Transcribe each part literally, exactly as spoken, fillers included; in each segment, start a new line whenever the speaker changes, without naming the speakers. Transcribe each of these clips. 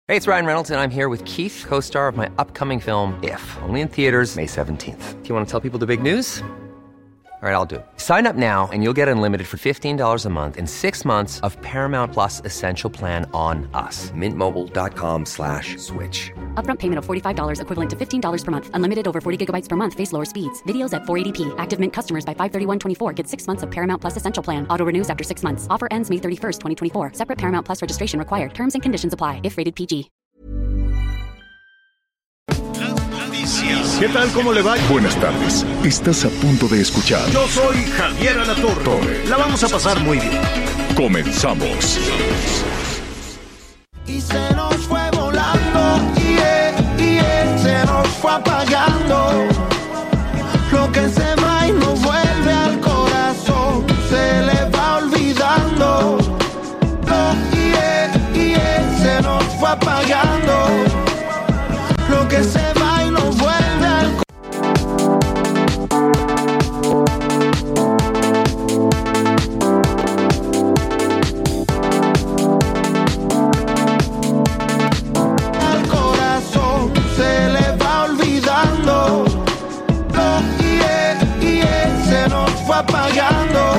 Hey, it's Ryan Reynolds, and I'm here with Keith, co-star of my upcoming film, If, only in theaters May seventeenth. Do you want to tell people the big news? All right, I'll do it. Sign up now and you'll get unlimited for fifteen dollars a month and six months of Paramount Plus Essential Plan on us. Mint Mobile dot com slash switch.
Upfront payment of forty-five dollars equivalent to fifteen dollars per month. Unlimited over forty gigabytes per month. Face lower speeds. Videos at four eighty p. Active Mint customers by five thirty-one twenty-four get six months of Paramount Plus Essential Plan. Auto renews after six months. Offer ends May thirty-first, twenty twenty-four. Separate Paramount Plus registration required. Terms and conditions apply if rated P G.
¿Qué tal? ¿Cómo le va?
Buenas tardes. Estás a punto de escuchar.
Yo soy Javier Alatorre. La vamos a pasar muy bien.
Comenzamos.
Y se nos fue volando, y yeah, yeah, se nos fue apagando. Lo que se va y no vuelve al corazón, se le va olvidando. Lo yeah, yeah, se nos fue apagando. Lo que se va y no vuelve al corazón. Apagando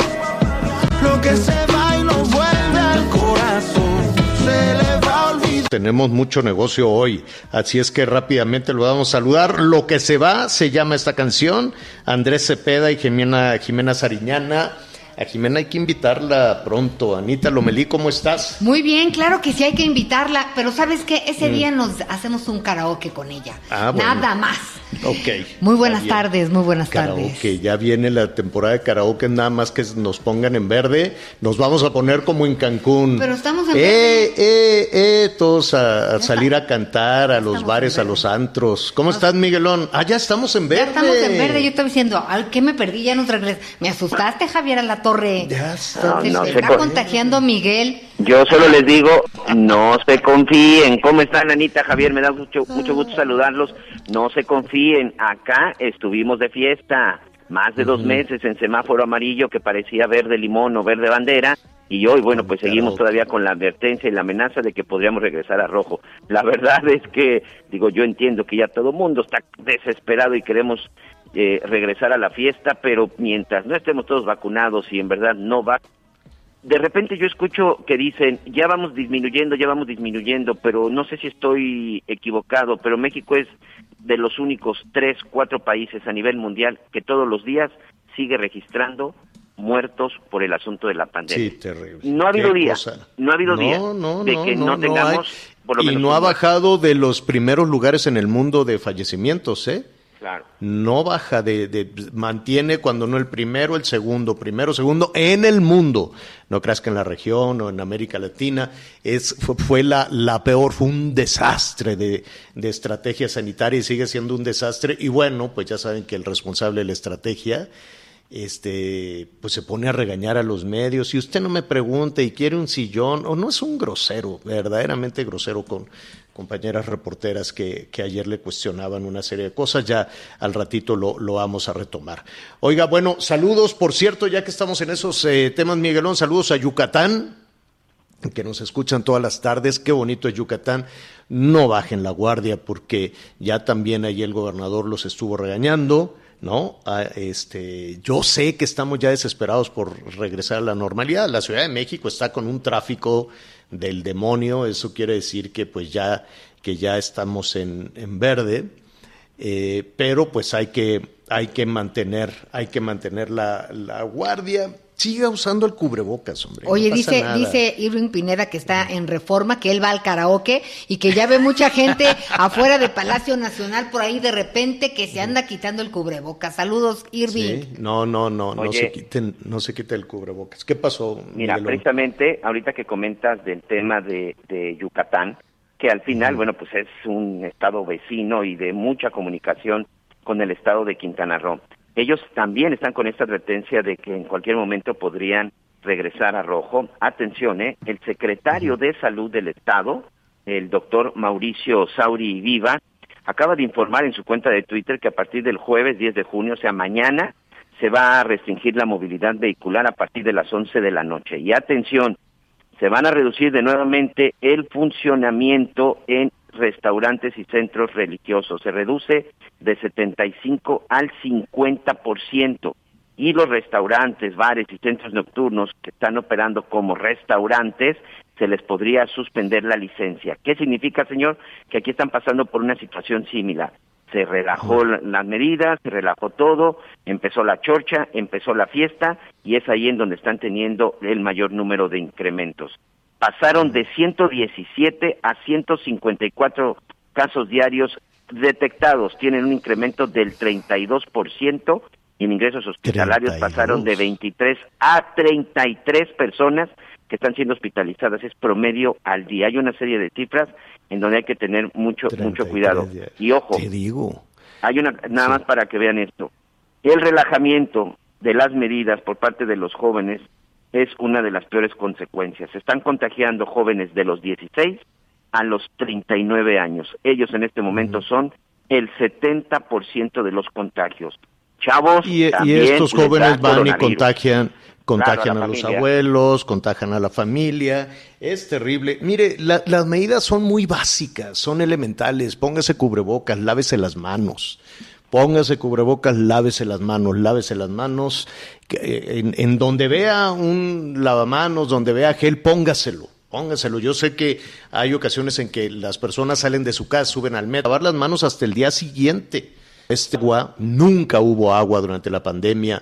lo que se va y no vuelve al corazón, se le va a olvidar.
Tenemos mucho negocio hoy, así es que rápidamente lo vamos a saludar. Lo que se va se llama esta canción. Andrés Cepeda y Jimena, Jimena Sariñana. A Jimena hay que invitarla pronto. Anita Lomelí, ¿cómo estás?
Muy bien, claro que sí hay que invitarla, pero ¿sabes qué? Ese mm. día nos hacemos un karaoke con ella. Ah, bueno. Nada más.
Ok.
Muy buenas tardes, muy buenas
karaoke.
tardes.
Ya viene la temporada de karaoke, nada más que nos pongan en verde. Nos vamos a poner como en Cancún.
Pero estamos en
eh,
verde.
Eh, eh, todos a, a salir a cantar a los bares, a los antros. ¿Cómo estás, Miguelón? Ah, ya estamos en verde.
Ya estamos en verde. Yo estaba diciendo, ¿al qué me perdí? Ya nos regresé. Me asustaste, Javier Alatorre.
Ya está.
No, no
se
está
con...
contagiando Miguel.
Yo solo les digo, no se confíen. ¿Cómo están, Anita, Javier? Me da mucho, mucho gusto saludarlos. No se confíen. Acá estuvimos de fiesta más de dos uh-huh. meses en semáforo amarillo que parecía verde limón o verde bandera. Y hoy, bueno, pues seguimos todavía con la advertencia y la amenaza de que podríamos regresar a rojo. La verdad es que, digo, yo entiendo que ya todo el mundo está desesperado y queremos eh, regresar a la fiesta, pero mientras no estemos todos vacunados y en verdad no va... De repente yo escucho que dicen, ya vamos disminuyendo, ya vamos disminuyendo, pero no sé si estoy equivocado, pero México es de los únicos tres, cuatro países a nivel mundial que todos los días sigue registrando muertos por el asunto de la pandemia.
Sí, terrible.
No ha habido día,
cosa?
no ha habido
no,
día
no,
de
no,
que no,
no
tengamos...
No
por lo
y
menos
no ha bajado de los primeros lugares en el mundo de fallecimientos, ¿eh?
Claro.
No baja, de, de mantiene cuando no el primero, el segundo, primero, segundo, en el mundo. No creas que en la región o en América Latina es fue, fue la, la peor, fue un desastre de, de estrategia sanitaria y sigue siendo un desastre. Y bueno, pues ya saben que el responsable de la estrategia este pues se pone a regañar a los medios. Si usted no me pregunta y quiere un sillón, o no, es un grosero, verdaderamente grosero con compañeras reporteras que, que ayer le cuestionaban una serie de cosas. Ya al ratito lo, lo vamos a retomar. Oiga, bueno, saludos, por cierto, ya que estamos en esos eh, temas, Miguelón, saludos a Yucatán, que nos escuchan todas las tardes. Qué bonito es Yucatán. No bajen la guardia, porque ya también ahí el gobernador los estuvo regañando, ¿no? Ah, este, yo sé que estamos ya desesperados por regresar a la normalidad. La Ciudad de México está con un tráfico del demonio. Eso quiere decir que pues ya que ya estamos en, en verde, eh, pero pues hay que hay que mantener hay que mantener la, la guardia. Siga usando el cubrebocas, hombre.
Oye,
no
dice
nada.
dice Irving Pineda que está en Reforma, que él va al karaoke y que ya ve mucha gente afuera de Palacio Nacional por ahí de repente que se anda quitando el cubrebocas. Saludos, Irving.
Sí, no, no, no,
Oye,
no se quiten, no se quite el cubrebocas. ¿Qué pasó,
Mira,
Miguelón?
precisamente ahorita que comentas del tema de, de Yucatán, que al final, uh-huh. bueno, pues es un estado vecino y de mucha comunicación con el estado de Quintana Roo. Ellos también están con esta advertencia de que en cualquier momento podrían regresar a rojo. Atención, ¿eh? El secretario de Salud del Estado, el doctor Mauricio Sauri Viva, acaba de informar en su cuenta de Twitter que a partir del jueves diez de junio, o sea, mañana, se va a restringir la movilidad vehicular a partir de las once de la noche. Y atención, se van a reducir de nuevamente el funcionamiento en restaurantes y centros religiosos. Se reduce de setenta y cinco al cincuenta por ciento. Y los restaurantes, bares y centros nocturnos que están operando como restaurantes, se les podría suspender la licencia. ¿Qué significa, señor? Que aquí están pasando por una situación similar. Se relajó las medidas, se relajó todo, empezó la chorcha, empezó la fiesta, y es ahí en donde están teniendo el mayor número de incrementos. Pasaron de ciento diecisiete a ciento cincuenta y cuatro casos diarios detectados, tienen un incremento del treinta y dos por ciento, y en ingresos hospitalarios treinta y dos pasaron de veintitrés a treinta y tres personas que están siendo hospitalizadas. Es promedio al día. Hay una serie de cifras en donde hay que tener mucho mucho cuidado. Días. Y ojo,
te digo.
Hay una nada sí. más para que vean esto. El relajamiento de las medidas por parte de los jóvenes es una de las peores consecuencias. Se están contagiando jóvenes de los dieciséis a los treinta y nueve años. Ellos en este momento uh-huh. son el setenta por ciento de los contagios. Chavos,
y, y estos jóvenes van y contagian, contagian claro, a, a los abuelos, contagian a la familia. Es terrible. Mire, la, las medidas son muy básicas, son elementales. Póngase cubrebocas, lávese las manos. Póngase cubrebocas, lávese las manos, lávese las manos. En, en donde vea un lavamanos, donde vea gel, póngaselo. Póngaselo. Yo sé que hay ocasiones en que las personas salen de su casa, suben al metro, lavar las manos hasta el día siguiente. Este agua, nunca hubo agua durante la pandemia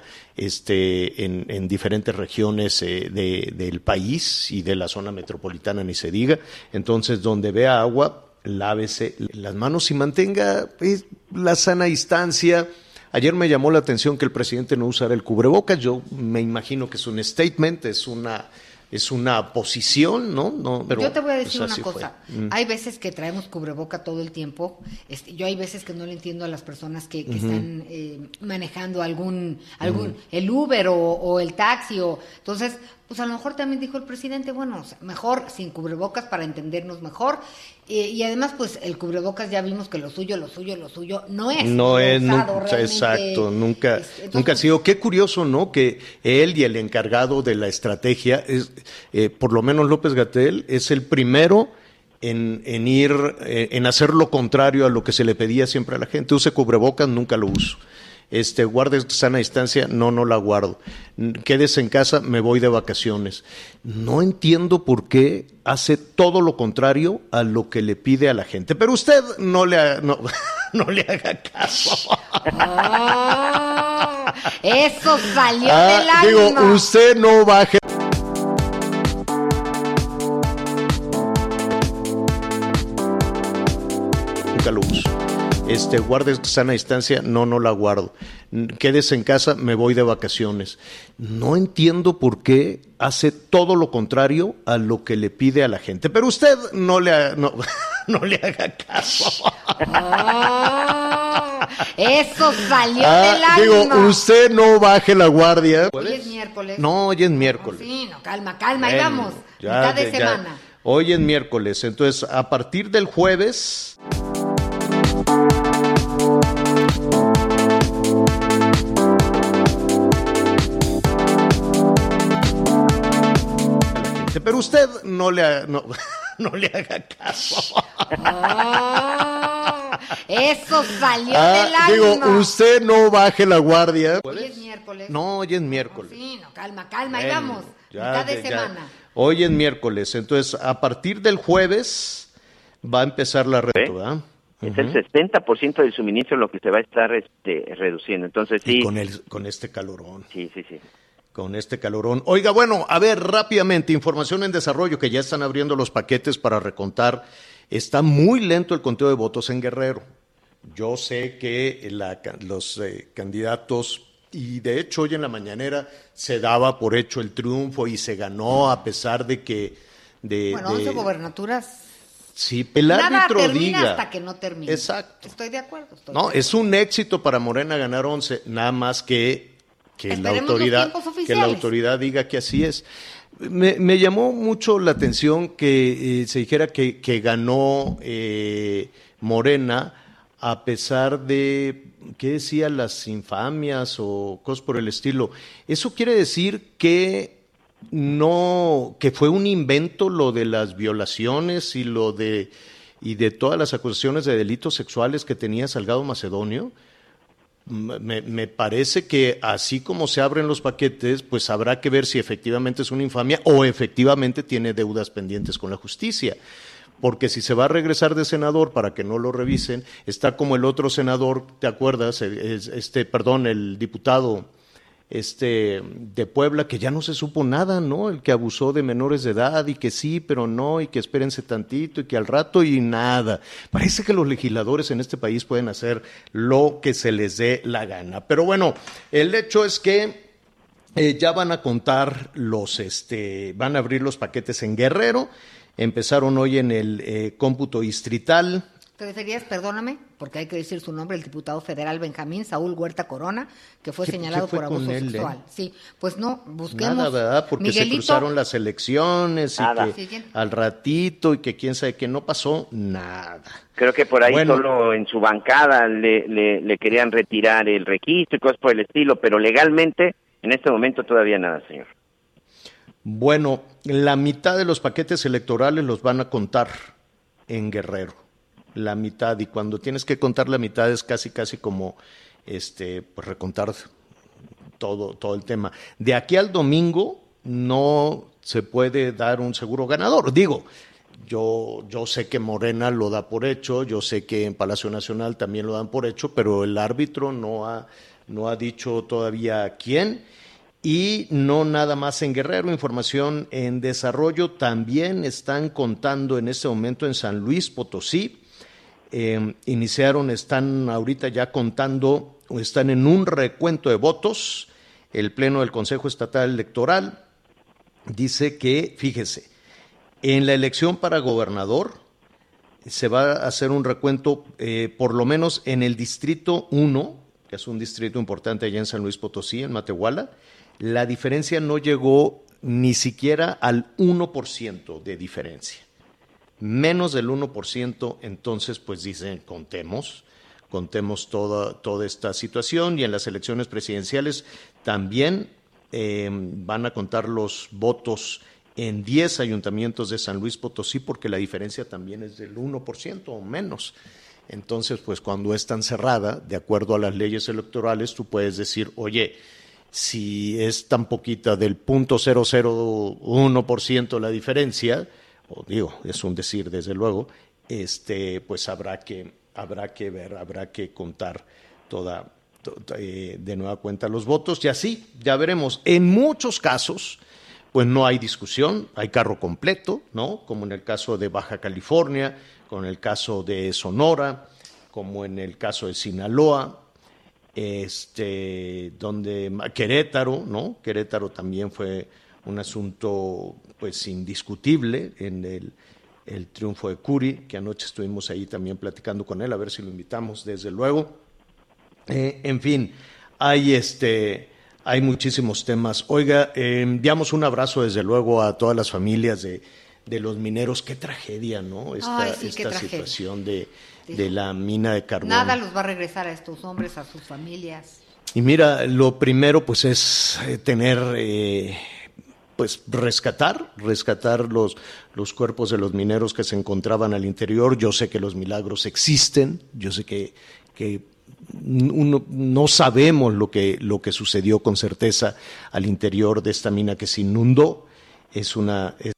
este, en, en diferentes regiones eh, de, del país y de la zona metropolitana, ni se diga. Entonces, donde vea agua, lávese las manos y mantenga pues, la sana distancia. Ayer me llamó la atención que el presidente no usara el cubrebocas. Yo me imagino que es un statement, es una... es una posición, ¿no? no pero,
yo te voy a decir
pues,
una cosa, mm. hay veces que traemos cubreboca todo el tiempo, este, yo hay veces que no le entiendo a las personas que, que uh-huh. están eh, manejando algún, algún uh-huh. el Uber o, o el taxi, o entonces, pues a lo mejor también dijo el presidente, bueno, o sea, mejor sin cubrebocas para entendernos mejor, eh, y además pues el cubrebocas ya vimos que lo suyo, lo suyo, lo suyo no es.
No es, nunca, exacto, nunca, es, entonces, nunca ha sido. Qué curioso, ¿no? Que él y el encargado de la estrategia, es, eh, por lo menos López-Gatell, es el primero en, en ir, eh, en hacer lo contrario a lo que se le pedía siempre a la gente. Use cubrebocas, nunca lo uso. Este, guarde sana distancia, no, no la guardo. Quédese en casa, me voy de vacaciones. No entiendo por qué hace todo lo contrario a lo que le pide a la gente. Pero usted no le haga, no, no le haga caso.
Oh, eso salió
ah,
del alma.
Digo, usted no baje. Nunca lo uso. Este, guarde sana distancia, no, no la guardo. Quédese en casa, me voy de vacaciones. No entiendo por qué hace todo lo contrario a lo que le pide a la gente. Pero usted no le haga, no, no le haga caso.
Oh, eso salió
ah,
del alma.
Digo, usted no baje la guardia.
Hoy es miércoles.
No, hoy es miércoles.
No, sí, no, calma, calma, ahí
bueno,
vamos.
Ya,
mitad de
ya,
semana.
Hoy es miércoles, entonces a partir del jueves... Pero usted no le haga, no, no le haga caso.
Oh, eso salió
ah,
del alma.
Digo, usted no baje la guardia.
Hoy es miércoles.
No, hoy es miércoles.
No, sí, no, calma, calma, ahí
bueno,
vamos.
Ya,
mitad de
ya,
semana.
Hoy es miércoles, entonces a partir del jueves va a empezar la red, ¿verdad?
Es uh-huh. el sesenta por ciento del suministro lo que se va a estar este, reduciendo. Entonces sí.
Y con, el, con este calorón.
Sí, sí, sí.
Con este calorón. Oiga, bueno, a ver, rápidamente, información en desarrollo, que ya están abriendo los paquetes para recontar. Está muy lento el conteo de votos en Guerrero. Yo sé que la, los eh, candidatos, y de hecho hoy en la mañanera se daba por hecho el triunfo y se ganó a pesar de que... De,
bueno,
de,
once gobernaturas...
Sí, el
Nada
árbitro
termina
diga.
hasta que no termine.
Exacto.
Estoy de acuerdo. Estoy
no,
de acuerdo.
Es un éxito para Morena ganar once, nada más que... Que la, autoridad, que la autoridad diga que así es. Me, me llamó mucho la atención que eh, se dijera que, que ganó eh, Morena a pesar de, ¿qué decía? Las infamias o cosas por el estilo. Eso quiere decir que no, que fue un invento lo de las violaciones y lo de y de todas las acusaciones de delitos sexuales que tenía Salgado Macedonio. Me, me parece que así como se abren los paquetes, pues habrá que ver si efectivamente es una infamia o efectivamente tiene deudas pendientes con la justicia. Porque si se va a regresar de senador para que no lo revisen, está como el otro senador, ¿te acuerdas? Este, perdón, el diputado este de Puebla, que ya no se supo nada, ¿no? El que abusó de menores de edad y que sí, pero no, y que espérense tantito y que al rato y nada. Parece que los legisladores en este país pueden hacer lo que se les dé la gana. Pero bueno, el hecho es que eh, ya van a contar los, este, van a abrir los paquetes en Guerrero. Empezaron hoy en el eh, cómputo distrital.
¿Te referías, perdóname, porque hay que decir su nombre, el diputado federal Benjamín Saúl Huerta Corona, que fue
¿Qué,
señalado
qué
por abuso
él,
sexual?
Eh?
Sí, pues no, busquemos.
Nada, ¿verdad? Porque
Miguelito,
se cruzaron las elecciones
nada.
y que
Sí,
al ratito y que quién sabe que no pasó nada.
Creo que por ahí
Bueno,
solo en su bancada le, le, le querían retirar el registro y cosas por el estilo, pero legalmente en este momento todavía nada, señor.
Bueno, la mitad de los paquetes electorales los van a contar en Guerrero, la mitad, y cuando tienes que contar la mitad es casi casi como este pues recontar todo, todo el tema. De aquí al domingo no se puede dar un seguro ganador. Digo, yo, yo sé que Morena lo da por hecho, yo sé que en Palacio Nacional también lo dan por hecho, pero el árbitro no ha, no ha dicho todavía quién. Y no nada más en Guerrero, información en desarrollo, también están contando en este momento en San Luis Potosí, eh, iniciaron, están ahorita ya contando, o están en un recuento de votos, el Pleno del Consejo Estatal Electoral dice que, fíjese, en la elección para gobernador se va a hacer un recuento, eh, por lo menos en el Distrito uno, que es un distrito importante allá en San Luis Potosí, en Matehuala. La diferencia no llegó ni siquiera al uno por ciento de diferencia. Menos del uno por ciento, entonces pues dicen, contemos, contemos toda, toda esta situación, y en las elecciones presidenciales también eh, van a contar los votos en diez ayuntamientos de San Luis Potosí, porque la diferencia también es del uno por ciento o menos. Entonces, pues cuando es tan cerrada, de acuerdo a las leyes electorales, tú puedes decir, oye, si es tan poquita del punto cero cero uno por ciento la diferencia, o digo, es un decir desde luego, este, pues habrá que, habrá que ver, habrá que contar toda, toda eh, de nueva cuenta los votos, y así ya veremos. En muchos casos, pues no hay discusión, hay carro completo, ¿no? Como en el caso de Baja California, como en el caso de Sonora, como en el caso de Sinaloa, este, donde Querétaro, ¿no? Querétaro también fue un asunto pues indiscutible en el, el triunfo de Curi, que anoche estuvimos ahí también platicando con él, a ver si lo invitamos, desde luego. Eh, en fin, hay este, hay muchísimos temas. Oiga, eh, enviamos un abrazo desde luego a todas las familias de, de los mineros. Qué tragedia, ¿no? Esta,
Ay, sí,
esta
qué
situación de, de la mina de carbón.
Nada los va a regresar a estos hombres, a sus familias.
Y mira, lo primero pues es eh, tener, eh, pues rescatar, rescatar los, los cuerpos de los mineros que se encontraban al interior. Yo sé que los milagros existen, yo sé que, que uno, no sabemos lo que, lo que sucedió con certeza al interior de esta mina que se inundó. Es una... Es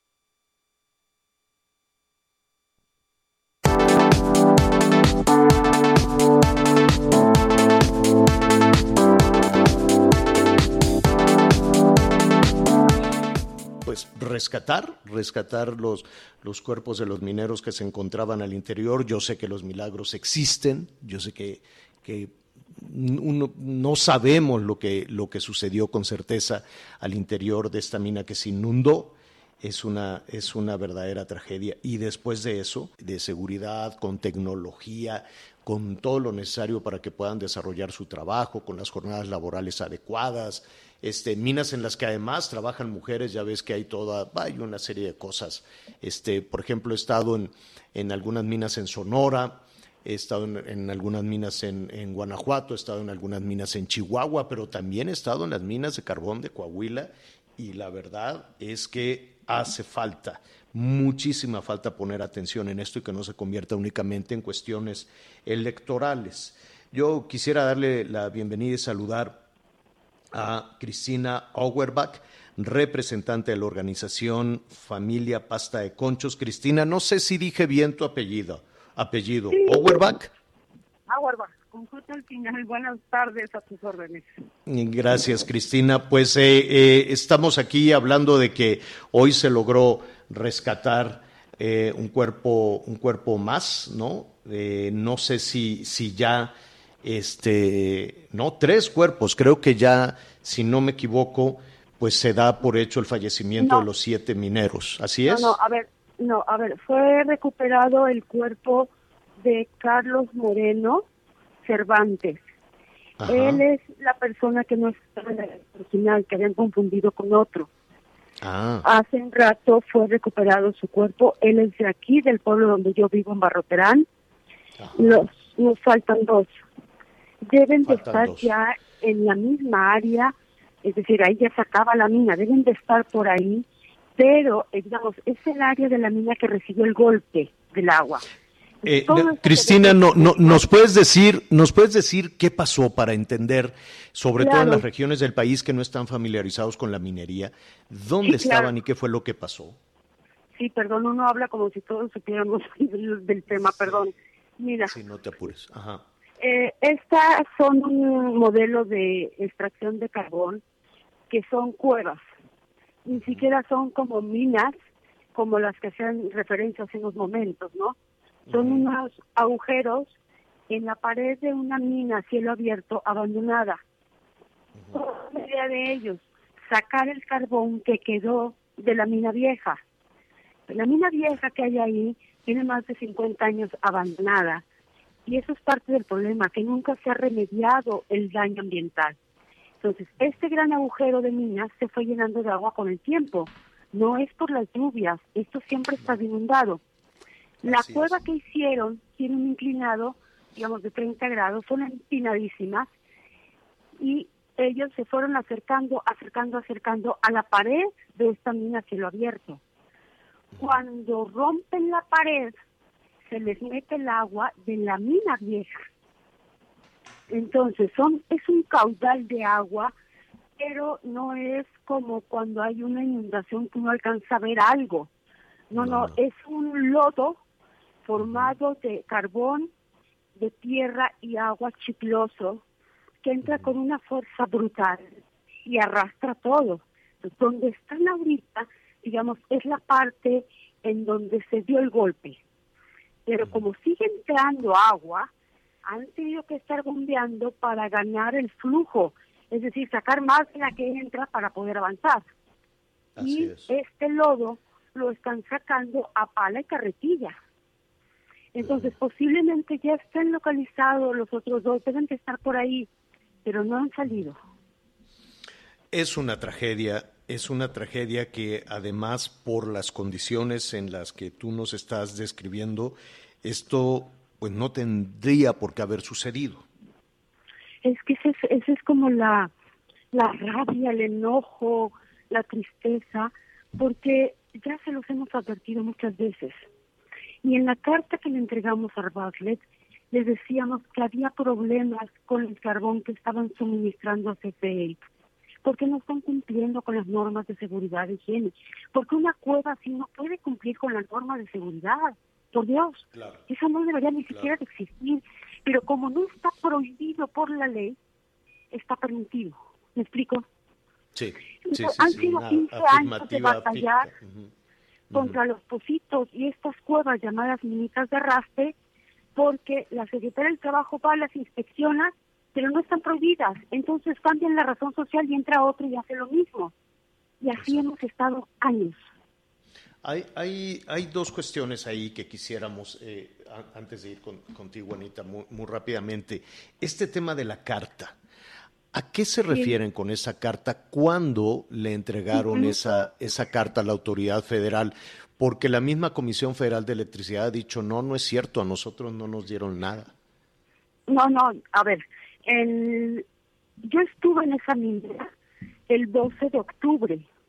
rescatar, rescatar los, los cuerpos de los mineros que se encontraban al interior. Yo sé que los milagros existen, yo sé que, que uno, no sabemos lo que, lo que sucedió con certeza al interior de esta mina que se inundó. Es una, es una verdadera tragedia. Y después de eso, de seguridad, con tecnología, con todo lo necesario para que puedan desarrollar su trabajo, con las jornadas laborales adecuadas, este, minas en las que además trabajan mujeres, ya ves que hay toda, hay una serie de cosas. Este, por ejemplo, he estado en, en algunas minas en Sonora, he estado en, en algunas minas en, en Guanajuato, he estado en algunas minas en Chihuahua, pero también he estado en las minas de carbón de Coahuila, y la verdad es que hace falta, muchísima falta poner atención en esto y que no se convierta únicamente en cuestiones electorales. Yo quisiera darle la bienvenida y saludar a Cristina Auerbach, representante de la organización Familia Pasta de Conchos. Cristina, no sé si dije bien tu apellido. Apellido,
sí.
Auerbach.
Auerbach, con J al final. Buenas tardes, a tus órdenes.
Gracias, Cristina. Pues eh, eh, estamos aquí hablando de que hoy se logró rescatar eh, un cuerpo, un cuerpo más, ¿no? Eh, no sé si, si ya, este, no, tres cuerpos. Creo que ya, si no me equivoco, pues se da por hecho el fallecimiento
no.
de los siete mineros. ¿Así
no,
es?
No, a ver, no, a ver, fue recuperado el cuerpo de Carlos Moreno Cervantes. Ajá. Él es la persona que no estaba en el original, que habían confundido con otro.
Ah.
Hace un rato fue recuperado su cuerpo. Él es de aquí, del pueblo donde yo vivo, en Barroterán. Los, nos faltan dos. Deben faltan de estar dos. Ya en la misma área, es decir, ahí ya se acaba la mina, deben de estar por ahí, pero, eh, digamos, es el área de la mina que recibió el golpe del agua.
Eh, Cristina, no, no, ¿nos puedes decir, nos puedes decir qué pasó para entender, sobre claro. todo en las regiones del país que no están familiarizados con la minería, dónde sí, estaban claro. y qué fue lo que pasó?
Sí, perdón, uno habla como si todos supiéramos del, del tema, sí. perdón. Mira.
Sí, no te apures. Ajá.
Eh, estas son un modelo de extracción de carbón que son cuevas, ni siquiera son como minas, como las que hacían referencia hace unos momentos, ¿no? Son uh-huh. unos agujeros en la pared de una mina a cielo abierto abandonada. Uh-huh. La idea de ellos, sacar el carbón que quedó de la mina vieja. La mina vieja que hay ahí tiene más de cincuenta años abandonada. Y eso es parte del problema, que nunca se ha remediado el daño ambiental. Entonces, este gran agujero de minas se fue llenando de agua con el tiempo. No es por las lluvias, esto siempre está inundado. La Así cueva es. que hicieron tiene un inclinado, digamos, de treinta grados, son empinadísimas, y ellos se fueron acercando, acercando, acercando a la pared de esta mina a cielo abierto. Cuando rompen la pared, se les mete el agua de la mina vieja. Entonces, son es un caudal de agua, pero no es como cuando hay una inundación que uno alcanza a ver algo. No, no, no es un lodo formado de carbón, de tierra y agua chicloso, que entra con una fuerza brutal y arrastra todo. Entonces, donde están ahorita, digamos, es la parte en donde se dio el golpe. Pero como sigue entrando agua, han tenido que estar bombeando para ganar el flujo, es decir, sacar más de la que entra para poder avanzar. Así y es. Este lodo lo están sacando a pala y carretilla. Entonces, uh-huh. posiblemente ya estén localizados los otros dos, deben de estar por ahí, pero no han salido.
Es una tragedia, es una tragedia que además por las condiciones en las que tú nos estás describiendo, esto pues no tendría por qué haber sucedido.
Es que ese es, ese es como la, la rabia, el enojo, la tristeza, porque ya se los hemos advertido muchas veces. Y en la carta que le entregamos a Bartlett, les decíamos que había problemas con el carbón que estaban suministrando a C F E, porque no están cumpliendo con las normas de seguridad e higiene, porque una cueva así no puede cumplir con las normas de seguridad. Por Dios, claro. Eso no debería ni claro. siquiera de existir, pero como no está prohibido por la ley, está permitido. ¿Me explico?
Sí,
Entonces,
sí, sí,
han
sí,
sido quince años de batallar uh-huh. Uh-huh. contra los Pocitos y estas cuevas llamadas minitas de arrastre, porque la Secretaría del Trabajo va, las inspecciona, pero no están prohibidas. Entonces cambian la razón social y entra otro y hace lo mismo. Y así Exacto. hemos estado años.
Hay, hay, hay dos cuestiones ahí que quisiéramos, eh, a, antes de ir con, contigo, Anita, muy, muy rápidamente. Este tema de la carta, ¿a qué se sí. refieren con esa carta? ¿Cuándo le entregaron uh-huh. esa, esa carta a la autoridad federal? Porque la misma Comisión Federal de Electricidad ha dicho, no, no es cierto, a nosotros no nos dieron nada.
No, no, a ver, el, yo estuve en esa mina el doce de octubre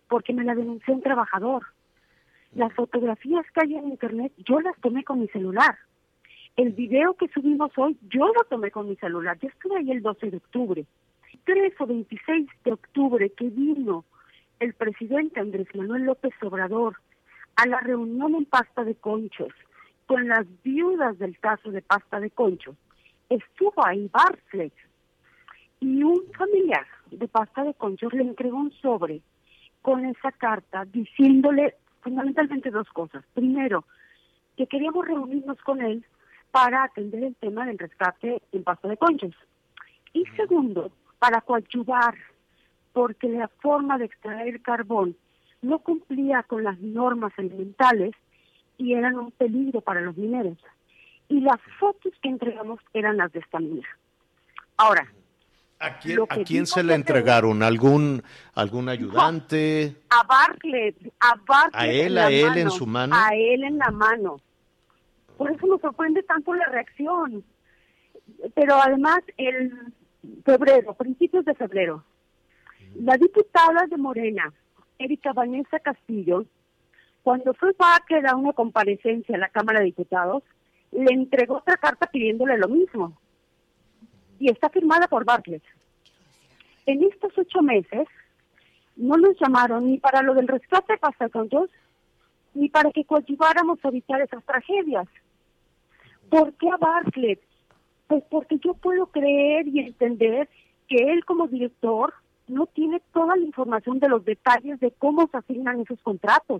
porque me la denunció un trabajador. Las fotografías que hay en internet, yo las tomé con mi celular. El video que subimos hoy, yo lo tomé con mi celular. Yo estuve ahí el doce de octubre. tres o veintiséis de octubre que vino el presidente Andrés Manuel López Obrador a la reunión en Pasta de Conchos con las viudas del caso de Pasta de Conchos, estuvo ahí Bartlett y un familiar de Pasta de Conchos le entregó un sobre con esa carta diciéndole fundamentalmente dos cosas. Primero, que queríamos reunirnos con él para atender el tema del rescate en Pasta de Conchos. Y segundo, para coadyuvar, porque la forma de extraer carbón no cumplía con las normas elementales y eran un peligro para los mineros. Y las fotos que entregamos eran las de esta mina. Ahora,
¿a quién, ¿a quién se le entregaron? ¿Algún algún ayudante?
A Bartlett, a Bartlett.
¿A él, a él en su mano?
A él en la mano. Por eso nos sorprende tanto la reacción. Pero además, el febrero, principios de febrero, la diputada de Morena, Erika Vanessa Castillo, cuando fue Bartlett a una comparecencia en la Cámara de Diputados, le entregó otra carta pidiéndole lo mismo. Y está firmada por Bartlett. En estos ocho meses, no nos llamaron ni para lo del rescate de Pasta de Conchos, ni para que coadyuváramos a evitar esas tragedias. ¿Por qué a Bartlett? Pues porque yo puedo creer y entender que él como director no tiene toda la información de los detalles de cómo se asignan esos contratos.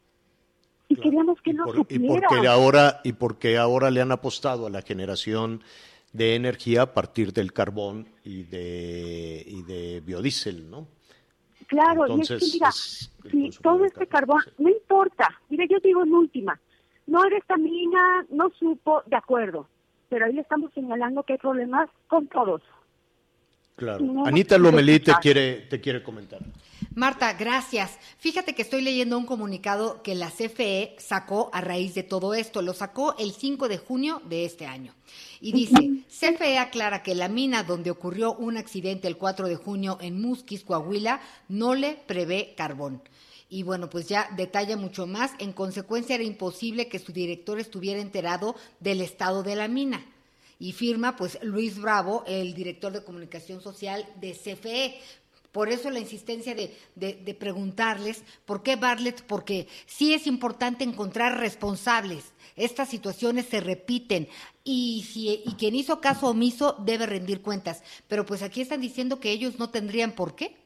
Y claro, queríamos que
y
lo
por,
supiera.
Y porque ahora, y porque ahora le han apostado a la generación de energía a partir del carbón y de y de biodiesel, ¿no?
Claro,
entonces,
y es que mira,
es
si todo este carbón,
sí.
no importa, mira, yo digo en última, no era esta mina, no supo, de acuerdo, pero ahí le estamos señalando que hay problemas con todos.
Claro.
No
Anita Lomelí te quiere, te quiere comentar.
Marta, gracias. Fíjate que estoy leyendo un comunicado que la C F E sacó a raíz de todo esto. Lo sacó el cinco de junio de este año. Y dice, C F E aclara que la mina donde ocurrió un accidente el cuatro de junio en Musquis, Coahuila, no le prevé carbón. Y bueno, pues ya detalla mucho más. En consecuencia, era imposible que su director estuviera enterado del estado de la mina. Y firma, pues, Luis Bravo, el director de comunicación social de C F E. Por eso la insistencia de, de, de preguntarles por qué Bartlett, porque sí es importante encontrar responsables. Estas situaciones se repiten y, si, y quien hizo caso omiso debe rendir cuentas. Pero pues aquí están diciendo que ellos no tendrían por qué.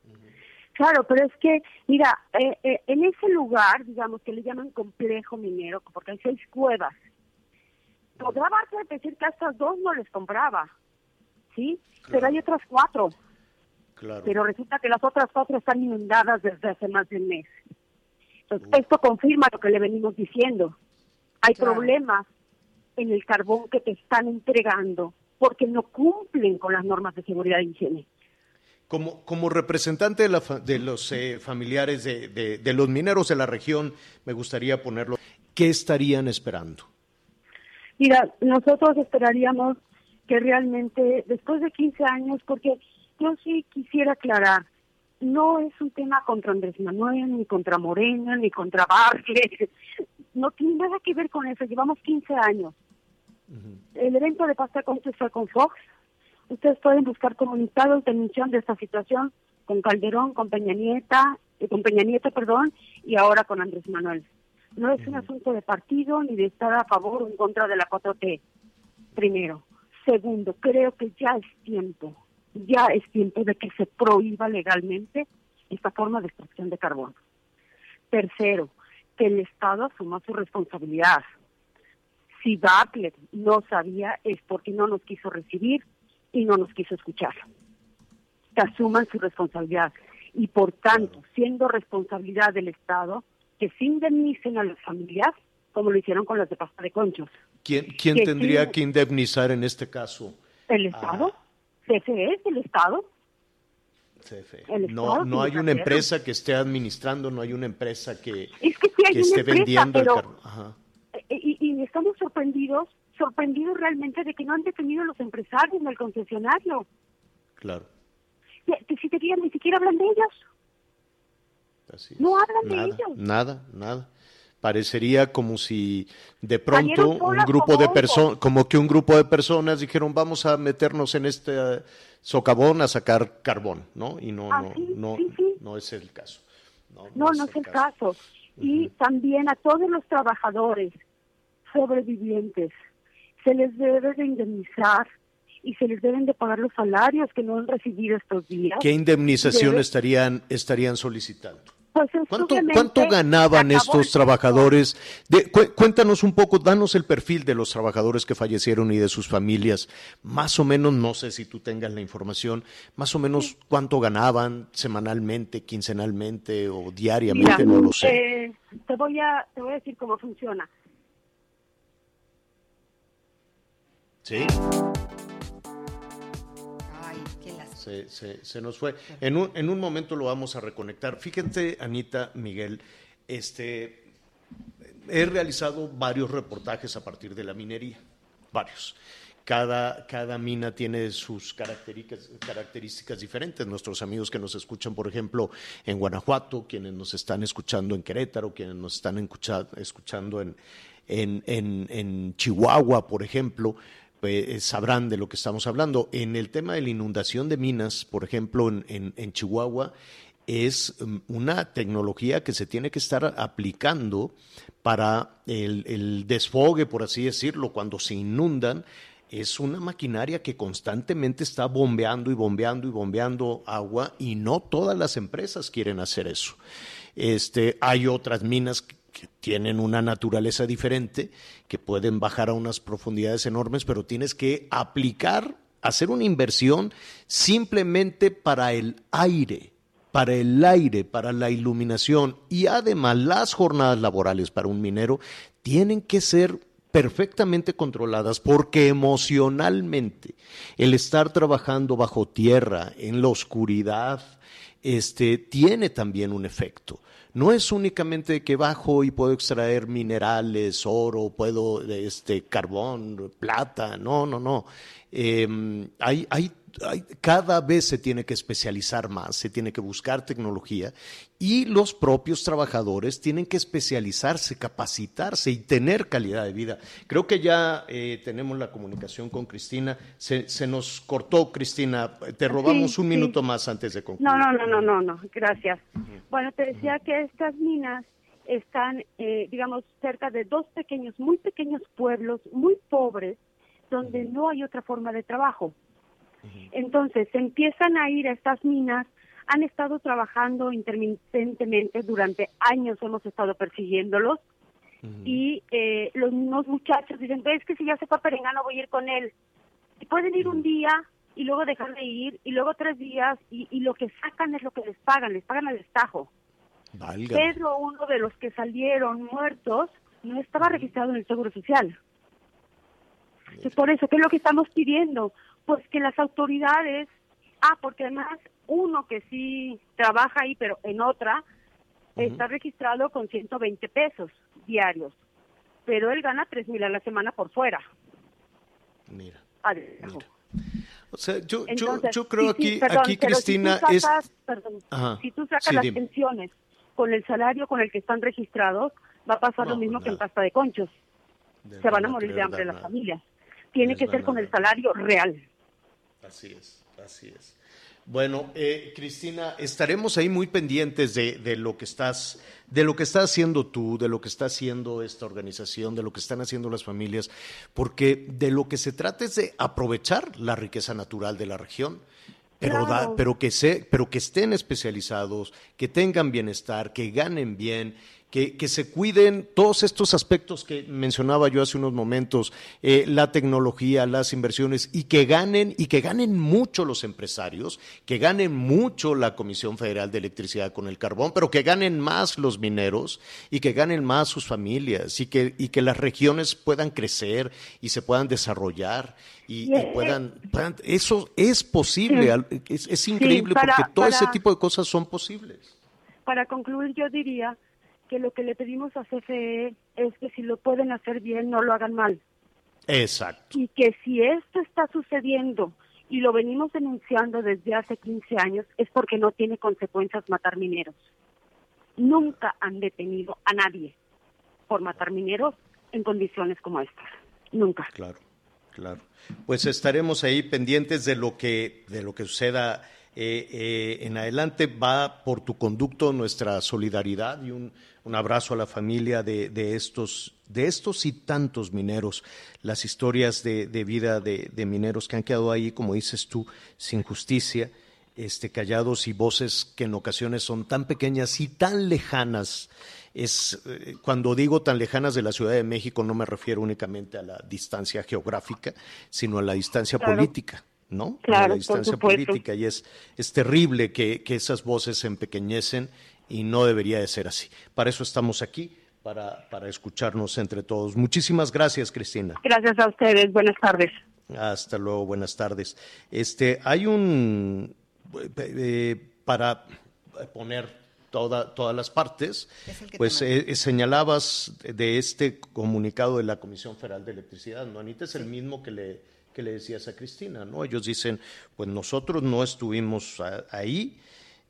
Claro, pero es que, mira, eh, eh, en ese lugar, digamos, que le llaman complejo minero, porque hay seis cuevas, podrá Bartlett decir que a estas dos no les compraba, ¿sí? Claro. Pero hay otras cuatro. Claro. Pero resulta que las otras cuatro están inundadas desde hace más de un mes. Entonces, uh. esto confirma lo que le venimos diciendo. Hay claro. problemas en el carbón que te están entregando porque no cumplen con las normas de seguridad de higiene.
Como, como representante de, la, de los eh, familiares de, de, de los mineros de la región, me gustaría ponerlo. ¿Qué estarían esperando?
Mira, nosotros esperaríamos que realmente, después de quince años, porque yo sí quisiera aclarar, no es un tema contra Andrés Manuel, ni contra Morena, ni contra Bartlett, no tiene nada que ver con eso, llevamos quince años. Uh-huh. El evento de Pasta de Conchos fue con Fox, ustedes pueden buscar comunicados de emisión de esta situación con Calderón, con Peña Nieta, eh, con Peña Nieto, perdón, y ahora con Andrés Manuel. No es uh-huh. un asunto de partido, ni de estar a favor o en contra de la cuatro T, primero. Segundo, creo que ya es tiempo, ya es tiempo de que se prohíba legalmente esta forma de extracción de carbón. Tercero, que el Estado asuma su responsabilidad. Si Bartlett no sabía es porque no nos quiso recibir y no nos quiso escuchar. Que asuman su responsabilidad. Y por tanto, siendo responsabilidad del Estado, que se indemnicen a las familias, como lo hicieron con las de Pasta de Conchos.
¿Quién, quién que tendría sí, que indemnizar en este caso?
¿El Estado? Ah. ¿C F E es el Estado?
C F E. El no, Estado no hay una empresa que esté administrando, no hay una empresa que,
es que, sí hay
que
una
esté
empresa,
vendiendo
pero,
el carbón. Ajá.
Y, y estamos sorprendidos, sorprendidos realmente de que no han detenido los empresarios en el concesionario.
Claro.
Que, que si te quieren, ni siquiera hablan de ellos.
Así es.
No hablan
nada,
de ellos.
Nada, nada. Parecería como si de pronto
Salieron
un
solas
grupo
como
de
hongos.
personas, como que un grupo de personas dijeron vamos a meternos en este eh, socavón a sacar carbón, ¿no? Y no,
Ah,
no,
sí,
no,
sí, sí.
no es el caso. No,
No, no es el caso. Y también a todos los trabajadores sobrevivientes se les debe de indemnizar y se les deben de pagar los salarios que no han recibido estos días.
¿Qué indemnización
Debe-
estarían estarían solicitando?
Pues es
¿Cuánto,
obviamente
¿Cuánto ganaban
se acabó
estos
el-
trabajadores? De, cu- cuéntanos un poco, danos el perfil de los trabajadores que fallecieron y de sus familias. Más o menos, no sé si tú tengas la información, más o menos cuánto ganaban semanalmente, quincenalmente o diariamente,
Mira,
no lo sé.
eh, te voy a te voy a decir cómo funciona.
¿Sí?
Ay, qué lástima.
Se, se, se nos fue. En un, en un momento lo vamos a reconectar. Fíjense, Anita, Miguel, este, he realizado varios reportajes a partir de la minería, varios. Cada, cada mina tiene sus características, características diferentes. Nuestros amigos que nos escuchan, por ejemplo, en Guanajuato, quienes nos están escuchando en Querétaro, quienes nos están escucha, escuchando en, en, en, en Chihuahua, por ejemplo, pues, sabrán de lo que estamos hablando. En el tema de la inundación de minas, por ejemplo, en, en, en Chihuahua, es um, una tecnología que se tiene que estar aplicando para el, el desfogue, por así decirlo, cuando se inundan. Es una maquinaria que constantemente está bombeando y bombeando y bombeando agua, y no todas las empresas quieren hacer eso. Este, hay otras minas que que tienen una naturaleza diferente, que pueden bajar a unas profundidades enormes, pero tienes que aplicar, hacer una inversión simplemente para el aire, para el aire, para la iluminación, y además las jornadas laborales para un minero tienen que ser perfectamente controladas, porque emocionalmente el estar trabajando bajo tierra, en la oscuridad, este, tiene también un efecto. No es únicamente que bajo y puedo extraer minerales, oro, puedo, este, carbón, plata, no, no, no. Eh, hay, hay, hay, cada vez se tiene que especializar más, se tiene que buscar tecnología, y los propios trabajadores tienen que especializarse, capacitarse y tener calidad de vida. Creo que ya eh, tenemos la comunicación con Cristina. Se, se nos cortó, Cristina. Te robamos
Sí,
un
sí.
minuto más antes de concluir.
No, no, no, no, no, no, gracias. Bueno, te decía que estas minas están, eh, digamos, cerca de dos pequeños, muy pequeños pueblos, muy pobres, donde no hay otra forma de trabajo. Entonces, se empiezan a ir a estas minas, han estado trabajando intermitentemente durante años, hemos estado persiguiéndolos, y eh, los mismos muchachos dicen, ves que si ya se fue a Perengano voy a ir con él. Y pueden ir un día y luego dejar de ir, y luego tres días, y, y lo que sacan es lo que les pagan, les pagan al destajo.
Válgame.
Pedro, uno de los que salieron muertos, no estaba registrado en el Seguro Social. Entonces, por eso, ¿qué es lo que estamos pidiendo? Pues que las autoridades, ah, porque además uno que sí trabaja ahí, pero en otra, uh-huh. está registrado con ciento veinte pesos diarios, pero él gana tres mil a la semana por fuera.
Mira,
Adejo.
mira. O sea, yo,
Entonces,
yo, yo creo
sí,
aquí,
sí, perdón,
aquí Cristina,
si tú sacas,
es...
perdón,
Ajá.
si tú sacas
Sí,
las
dime.
pensiones con el salario con el que están registrados, va a pasar
No,
lo mismo
nada.
que en pasta de conchos.
De
Se van a
no
morir de
querer
hambre
dar
las
nada.
familias. Tiene
Les
que
van
ser
a
con
dar.
el salario real.
Así es, así es. Bueno, eh, Cristina, estaremos ahí muy pendientes de, de lo que estás, de lo que estás haciendo tú, de lo que está haciendo esta organización, de lo que están haciendo las familias, porque de lo que se trata es de aprovechar la riqueza natural de la región. Pero,
Claro.
da, pero, que se, pero que estén especializados, que tengan bienestar, que ganen bien, que, que se cuiden todos estos aspectos que mencionaba yo hace unos momentos, eh, la tecnología, las inversiones, y que ganen, y que ganen mucho los empresarios, que ganen mucho la Comisión Federal de Electricidad con el carbón, pero que ganen más los mineros y que ganen más sus familias, y que, y que las regiones puedan crecer y se puedan desarrollar. Y, y puedan, puedan, eso es posible, sí. es, es increíble, sí, para, porque todo para, ese tipo de cosas son posibles.
Para concluir, yo diría que lo que le pedimos a C F E es que si lo pueden hacer bien, no lo hagan mal.
Exacto.
Y que si esto está sucediendo y lo venimos denunciando desde hace quince años, es porque no tiene consecuencias matar mineros. nunca han detenido a nadie por matar mineros en condiciones como estas. Nunca.
Claro, claro. Pues estaremos ahí pendientes de lo que, de lo que suceda eh, eh, en adelante. Va por tu conducto nuestra solidaridad y un, un abrazo a la familia de, de estos, de estos y tantos mineros. Las historias de, de vida de, de mineros que han quedado ahí, como dices tú, sin justicia, este, callados, y voces que en ocasiones son tan pequeñas y tan lejanas. Es, eh, cuando digo tan lejanas de la Ciudad de México, no me refiero únicamente a la distancia geográfica, sino a la distancia
claro.
política, ¿no?
Claro,
a la distancia política, y es, es terrible que, que esas voces se empequeñecen, y no debería de ser así. Para eso estamos aquí, para, para escucharnos entre todos. Muchísimas gracias, Cristina.
Gracias a ustedes, buenas tardes.
Hasta luego, buenas tardes. Este, hay un, eh, para poner Toda, todas las partes, pues eh, señalabas de este comunicado de la Comisión Federal de Electricidad, ¿no, Anita? Es el mismo que le, que le decías a Cristina, ¿no? Ellos dicen, pues nosotros no estuvimos a, ahí,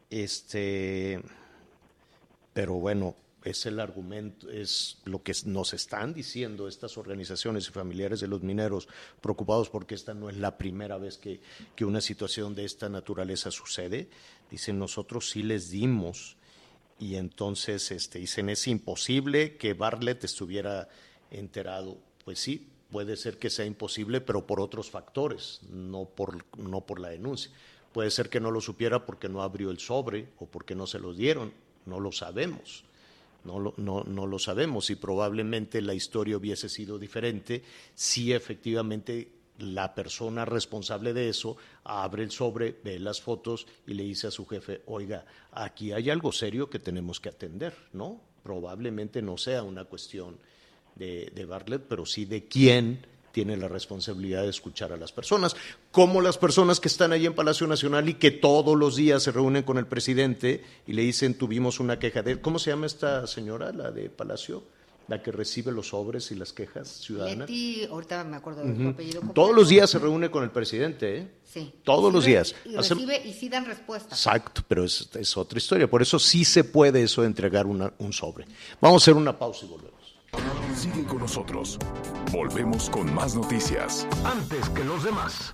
este, pero bueno, es el argumento, es lo que nos están diciendo estas organizaciones y familiares de los mineros preocupados, porque esta no es la primera vez que, que una situación de esta naturaleza sucede. Dicen, nosotros sí les dimos. Y entonces este, dicen, es imposible que Bartlett estuviera enterado. Pues sí, puede ser que sea imposible, pero por otros factores, no por, no por la denuncia. Puede ser que no lo supiera porque no abrió el sobre o porque no se los dieron, no lo sabemos. No lo, no, no lo sabemos, y probablemente la historia hubiese sido diferente si efectivamente la persona responsable de eso abre el sobre, ve las fotos y le dice a su jefe, oiga, aquí hay algo serio que tenemos que atender, ¿no? Probablemente no sea una cuestión de, de Bartlett, pero sí de quién tiene la responsabilidad de escuchar a las personas, como las personas que están ahí en Palacio Nacional y que todos los días se reúnen con el presidente y le dicen, tuvimos una queja de él. ¿Cómo se llama esta señora, la de Palacio? La que recibe los sobres y las quejas ciudadanas.
Leti, ahorita me acuerdo de su
uh-huh.
apellido.
Todos los días se reúne con el presidente, ¿eh?
Sí.
Todos
y
los días.
Y recibe y sí dan respuesta.
Exacto, pero es, es otra historia. Por eso sí se puede eso de entregar una, un sobre. Vamos a hacer una pausa y volvemos.
Sigue con nosotros. Volvemos con más noticias.
Antes que los demás.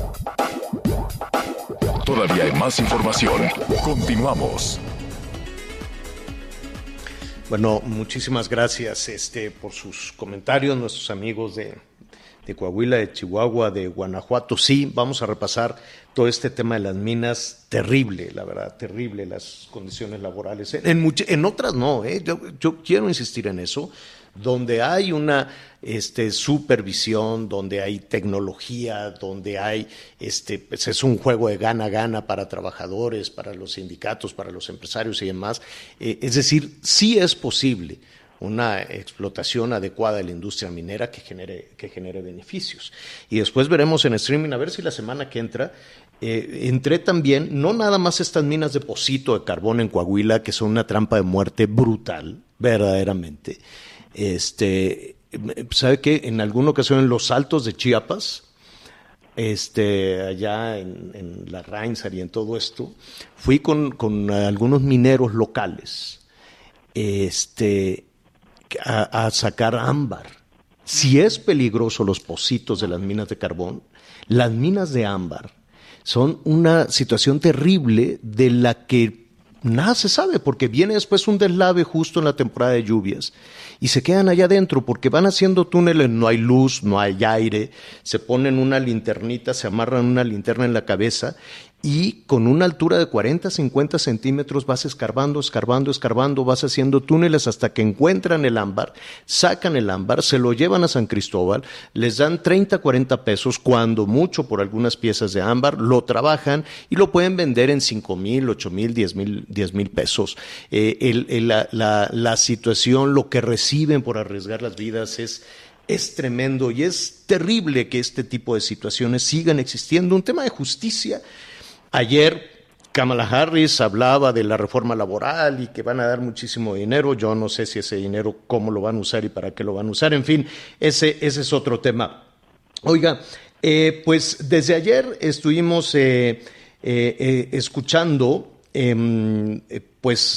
Todavía hay más información. Continuamos.
Bueno, muchísimas gracias este, por sus comentarios, nuestros amigos de, de Coahuila, de Chihuahua, de Guanajuato. Sí, vamos a repasar todo este tema de las minas. Terrible, la verdad, terrible las condiciones laborales. En, en, much- en otras no, ¿eh? yo, yo quiero insistir en eso, donde hay una este, supervisión, donde hay tecnología, donde hay, este, pues es un juego de gana-gana para trabajadores, para los sindicatos, para los empresarios y demás. Eh, es decir, sí es posible una explotación adecuada de la industria minera que genere, que genere beneficios. Y después veremos en streaming, a ver si la semana que entra, eh, entré también, no nada más estas minas de Pocito de carbón en Coahuila, que son una trampa de muerte brutal, verdaderamente. Este, ¿sabe qué? En alguna ocasión en los Altos de Chiapas, este, allá en, en la Rainsar y en todo esto, fui con, con algunos mineros locales, este, a, a sacar ámbar. Si es peligroso los pocitos de las minas de carbón, las minas de ámbar son una situación terrible de la que nada se sabe, porque viene después un deslave justo en la temporada de lluvias y se quedan allá adentro porque van haciendo túneles, no hay luz, no hay aire, se ponen una linternita, se amarran una linterna en la cabeza y con una altura de cuarenta, cincuenta centímetros vas escarbando, escarbando, escarbando, vas haciendo túneles hasta que encuentran el ámbar, sacan el ámbar, se lo llevan a San Cristóbal, les dan treinta, cuarenta pesos, cuando mucho por algunas piezas de ámbar, lo trabajan y lo pueden vender en cinco mil, ocho mil, diez mil, diez mil pesos. Eh, el, el, la, la, la situación, lo que reciben por arriesgar las vidas es... Es tremendo y es terrible que este tipo de situaciones sigan existiendo. Un tema de justicia. Ayer Kamala Harris hablaba de la reforma laboral y que van a dar muchísimo dinero. Yo no sé si ese dinero cómo lo van a usar y para qué lo van a usar. En fin, ese, ese es otro tema. Oiga, eh, pues desde ayer estuvimos eh, eh, eh, escuchando eh, pues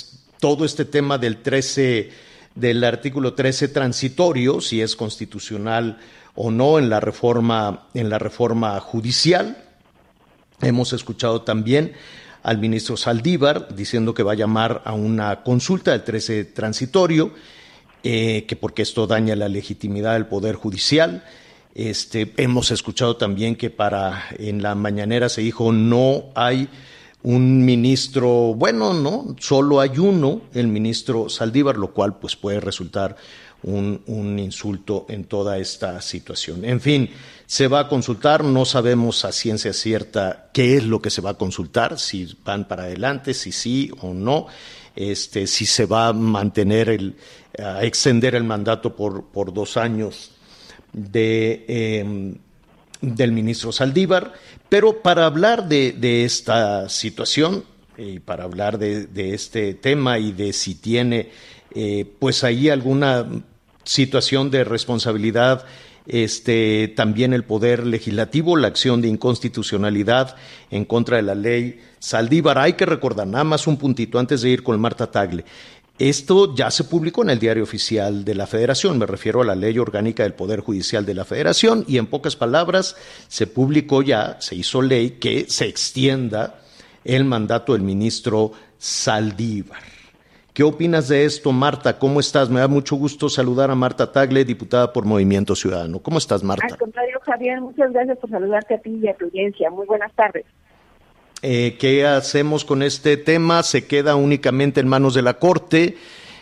todo este tema del trece, del artículo trece transitorio, si es constitucional o no en la reforma, en la reforma judicial. Hemos escuchado también al ministro Saldívar diciendo que va a llamar a una consulta del trece transitorio, eh, que porque esto daña la legitimidad del Poder Judicial. Este, hemos escuchado también que para en la mañanera se dijo no hay un ministro, bueno, no, solo hay uno, el ministro Saldívar, lo cual pues puede resultar un, un insulto en toda esta situación. En fin, se va a consultar, no sabemos a ciencia cierta qué es lo que se va a consultar, si van para adelante, si sí o no, este, si se va a mantener el, a extender el mandato por, por dos años de eh, del ministro Saldívar, pero para hablar de, de esta situación y para hablar de, de este tema y de si tiene eh, pues ahí alguna situación de responsabilidad este también el Poder Legislativo, la acción de inconstitucionalidad en contra de la ley Saldívar. Hay que recordar, nada más un puntito antes de ir con Marta Tagle. Esto ya se publicó en el Diario Oficial de la Federación, me refiero a la Ley Orgánica del Poder Judicial de la Federación, y en pocas palabras se publicó ya, se hizo ley que se extienda el mandato del ministro Saldívar. ¿Qué opinas de esto, Marta? ¿Cómo estás? Me da mucho gusto saludar a Marta Tagle, diputada por Movimiento Ciudadano. ¿Cómo estás, Marta?
Al contrario, Javier, muchas gracias por saludarte a ti y a tu audiencia. Muy buenas tardes.
Eh, ¿Qué hacemos con este tema? ¿Se queda únicamente en manos de la Corte?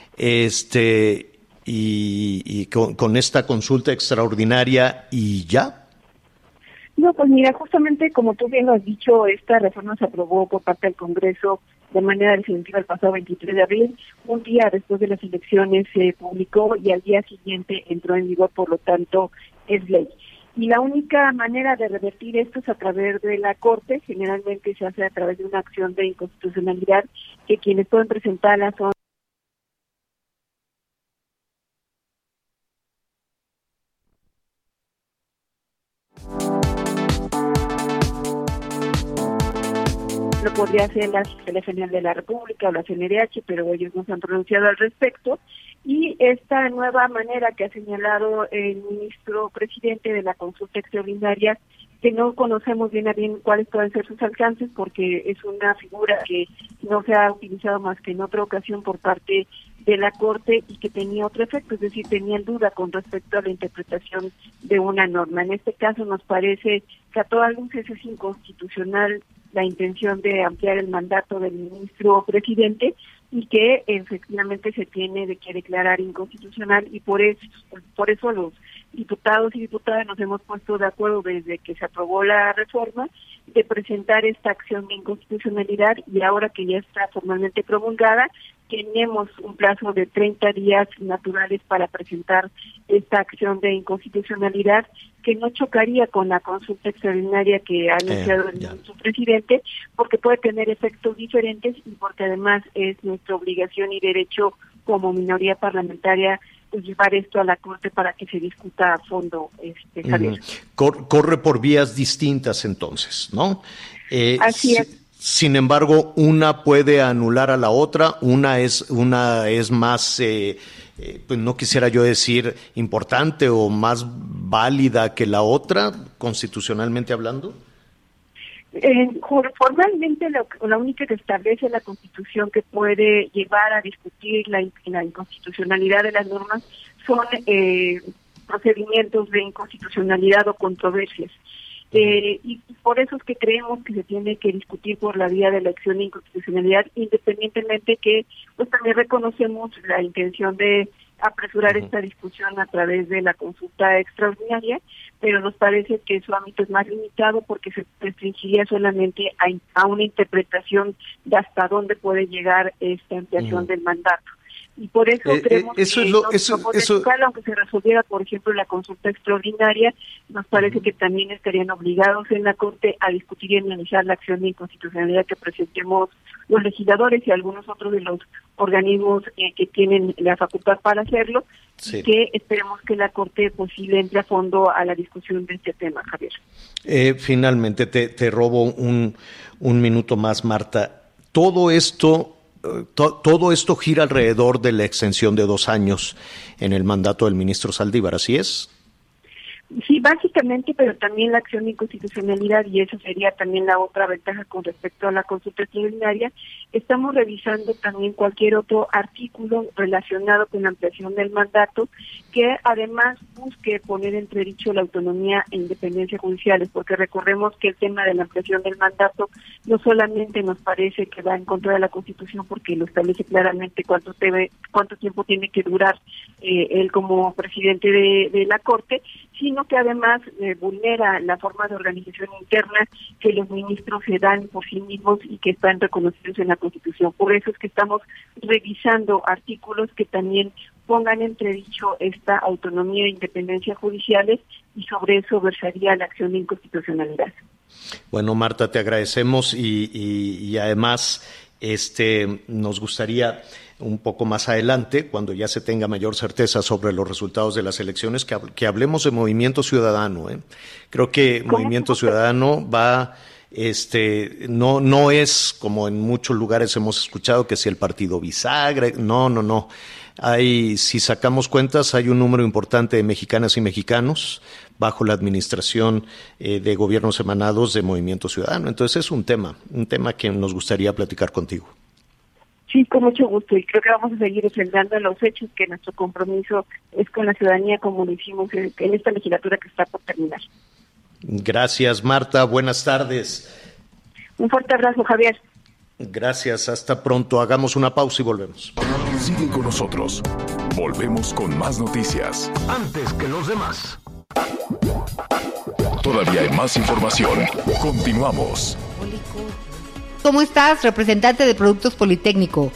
Este, y, y con, con esta consulta extraordinaria y ya.
No, pues mira, justamente como tú bien lo has dicho, esta reforma se aprobó por parte del Congreso de manera definitiva el pasado veintitrés de abril, un día después de las elecciones se publicó y al día siguiente entró en vigor, por lo tanto es ley. Y la única manera de revertir esto es a través de la Corte, generalmente se hace a través de una acción de inconstitucionalidad, que quienes pueden presentarla son lo podría hacer la Fiscalía General de la República o la C N D H, pero ellos no se han pronunciado al respecto. Y esta nueva manera que ha señalado el ministro presidente de la consulta extraordinaria, que no conocemos bien a bien cuáles pueden ser sus alcances, porque es una figura que no se ha utilizado más que en otra ocasión por parte de la Corte y que tenía otro efecto, es decir, tenían duda con respecto a la interpretación de una norma. En este caso nos parece que a todas luces es inconstitucional la intención de ampliar el mandato del ministro presidente y que efectivamente se tiene de que declarar inconstitucional, y por eso por eso los diputados y diputadas nos hemos puesto de acuerdo desde que se aprobó la reforma de presentar esta acción de inconstitucionalidad, y ahora que ya está formalmente promulgada tenemos un plazo de treinta días naturales para presentar esta acción de inconstitucionalidad, que no chocaría con la consulta extraordinaria que ha anunciado eh, el ministro presidente, porque puede tener efectos diferentes y porque además es nuestra obligación y derecho como minoría parlamentaria pues, llevar esto a la Corte para que se discuta a fondo, este, Javier.
Uh-huh. Cor- corre por vías distintas entonces, ¿no? Eh,
Así es.
Si- Sin embargo, una puede anular a la otra, una es una es más, eh, eh, pues no quisiera yo decir importante o más válida que la otra, constitucionalmente hablando.
Eh, formalmente lo, la única que establece la Constitución que puede llevar a discutir la, la inconstitucionalidad de las normas son eh, procedimientos de inconstitucionalidad o controversias. Eh, y por eso es que creemos que se tiene que discutir por la vía de la acción de inconstitucionalidad, independientemente que pues también reconocemos la intención de apresurar uh-huh. esta discusión a través de la consulta extraordinaria, pero nos parece que su ámbito es más limitado porque se restringiría solamente a, a una interpretación de hasta dónde puede llegar esta ampliación uh-huh. del mandato. Y por eso eh, creemos eh, eso que es lo, no, eso, no eso... Fiscal, aunque se resolviera, por ejemplo, la consulta extraordinaria, nos parece uh-huh. que también estarían obligados en la Corte a discutir y analizar la acción de inconstitucionalidad que presentemos los legisladores y algunos otros de los organismos eh, que tienen la facultad para hacerlo, sí. y que esperemos que la Corte pues sí le entre a fondo a la discusión de este tema, Javier.
Eh, finalmente, te, te robo un, un minuto más, Marta. Todo esto to, todo esto gira alrededor de la extensión de dos años en el mandato del ministro Saldívar, ¿así es?
Sí, básicamente, pero también la acción de inconstitucionalidad, y eso sería también la otra ventaja con respecto a la consulta extraordinaria. Estamos revisando también cualquier otro artículo relacionado con la ampliación del mandato que además busque poner en entredicho la autonomía e independencia judiciales, porque recordemos que el tema de la ampliación del mandato no solamente nos parece que va en contra de la Constitución porque lo establece claramente cuánto debe, cuánto tiempo tiene que durar eh, él como presidente de, de la Corte, sino que además eh, vulnera la forma de organización interna que los ministros se dan por sí mismos y que están reconocidos en la Constitución. Por eso es que estamos revisando artículos que también pongan entredicho esta autonomía e independencia judiciales, y sobre eso versaría la acción de inconstitucionalidad.
Bueno, Marta, te agradecemos y, y, y además este, nos gustaría un poco más adelante, cuando ya se tenga mayor certeza sobre los resultados de las elecciones, que, que hablemos de Movimiento Ciudadano. ¿eh? Creo que Movimiento Ciudadano va, este, no, no es como en muchos lugares hemos escuchado que si el partido bisagra, no, no, no. Hay, si sacamos cuentas, hay un número importante de mexicanas y mexicanos bajo la administración eh, de gobiernos emanados de Movimiento Ciudadano. Entonces es un tema, un tema que nos gustaría platicar contigo.
Sí, con mucho gusto, y creo que vamos a seguir enfrentando los hechos, que nuestro compromiso es con la ciudadanía, como lo hicimos en, en esta legislatura que está por terminar.
Gracias, Marta. Buenas tardes.
Un fuerte abrazo, Javier.
Gracias, hasta pronto. Hagamos una pausa y volvemos.
Sigue con nosotros. Volvemos con más noticias.
Antes que los demás.
Todavía hay más información. Continuamos.
¿Cómo estás, representante de Productos Politécnico?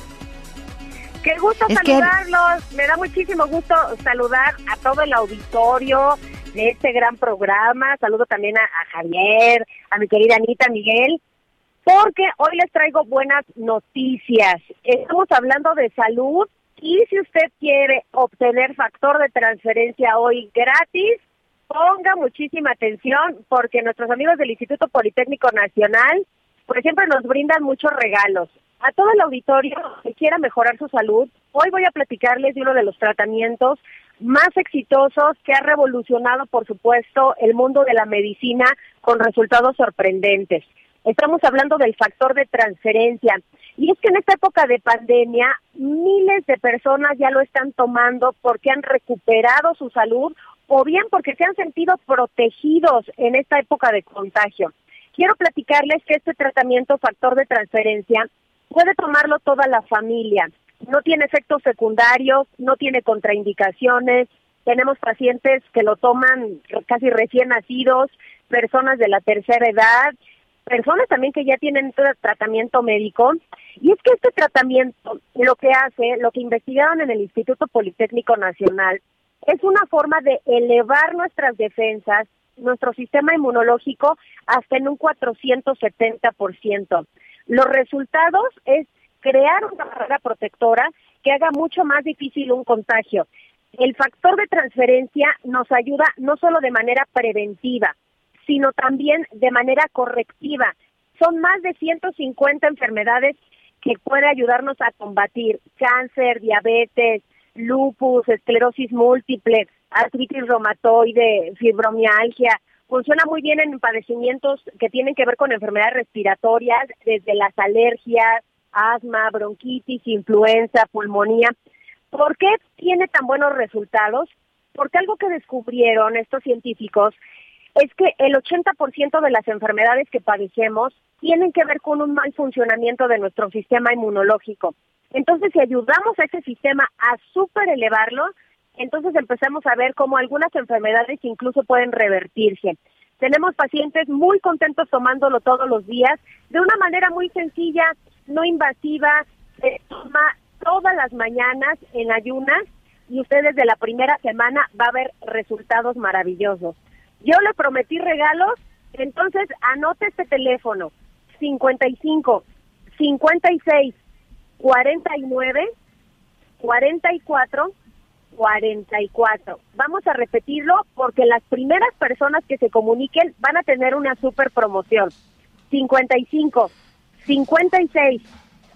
Qué gusto
es
saludarlos.
Que...
Me da muchísimo gusto saludar a todo el auditorio de este gran programa. Saludo también a, a Javier, a mi querida Anita, Miguel, porque hoy les traigo buenas noticias. Estamos hablando de salud, y si usted quiere obtener factor de transferencia hoy gratis, ponga muchísima atención, porque nuestros amigos del Instituto Politécnico Nacional por ejemplo, nos brindan muchos regalos. A todo el auditorio que quiera mejorar su salud, hoy voy a platicarles de uno de los tratamientos más exitosos que ha revolucionado, por supuesto, el mundo de la medicina con resultados sorprendentes. Estamos hablando del factor de transferencia. Y es que en esta época de pandemia, miles de personas ya lo están tomando porque han recuperado su salud o bien porque se han sentido protegidos en esta época de contagio. Quiero platicarles que este tratamiento factor de transferencia puede tomarlo toda la familia. No tiene efectos secundarios, no tiene contraindicaciones. Tenemos pacientes que lo toman casi recién nacidos, personas de la tercera edad, personas también que ya tienen todo el tratamiento médico. Y es que este tratamiento lo que hace, lo que investigaron en el Instituto Politécnico Nacional, es una forma de elevar nuestras defensas, nuestro sistema inmunológico, hasta en un cuatrocientos setenta por ciento. Los resultados es crear una barrera protectora que haga mucho más difícil un contagio. El factor de transferencia nos ayuda no solo de manera preventiva, sino también de manera correctiva. Son más de ciento cincuenta enfermedades que puede ayudarnos a combatir: cáncer, diabetes, lupus, esclerosis múltiple, artritis reumatoide, fibromialgia. Funciona muy bien en padecimientos que tienen que ver con enfermedades respiratorias, desde las alergias, asma, bronquitis, influenza, pulmonía. ¿Por qué tiene tan buenos resultados? Porque algo que descubrieron estos científicos es que el ochenta por ciento de las enfermedades que padecemos tienen que ver con un mal funcionamiento de nuestro sistema inmunológico. Entonces, si ayudamos a ese sistema a súper elevarlo, entonces empezamos a ver cómo algunas enfermedades incluso pueden revertirse. Tenemos pacientes muy contentos tomándolo todos los días, de una manera muy sencilla, no invasiva. Se toma todas las mañanas en ayunas, y usted desde la primera semana va a ver resultados maravillosos. Yo le prometí regalos, entonces anote este teléfono: cincuenta y cinco, cincuenta y seis, cuarenta y nueve, cuarenta y cuatro, cuarenta y cuatro. Vamos a repetirlo porque las primeras personas que se comuniquen van a tener una super promoción. cincuenta y cinco, cincuenta y seis,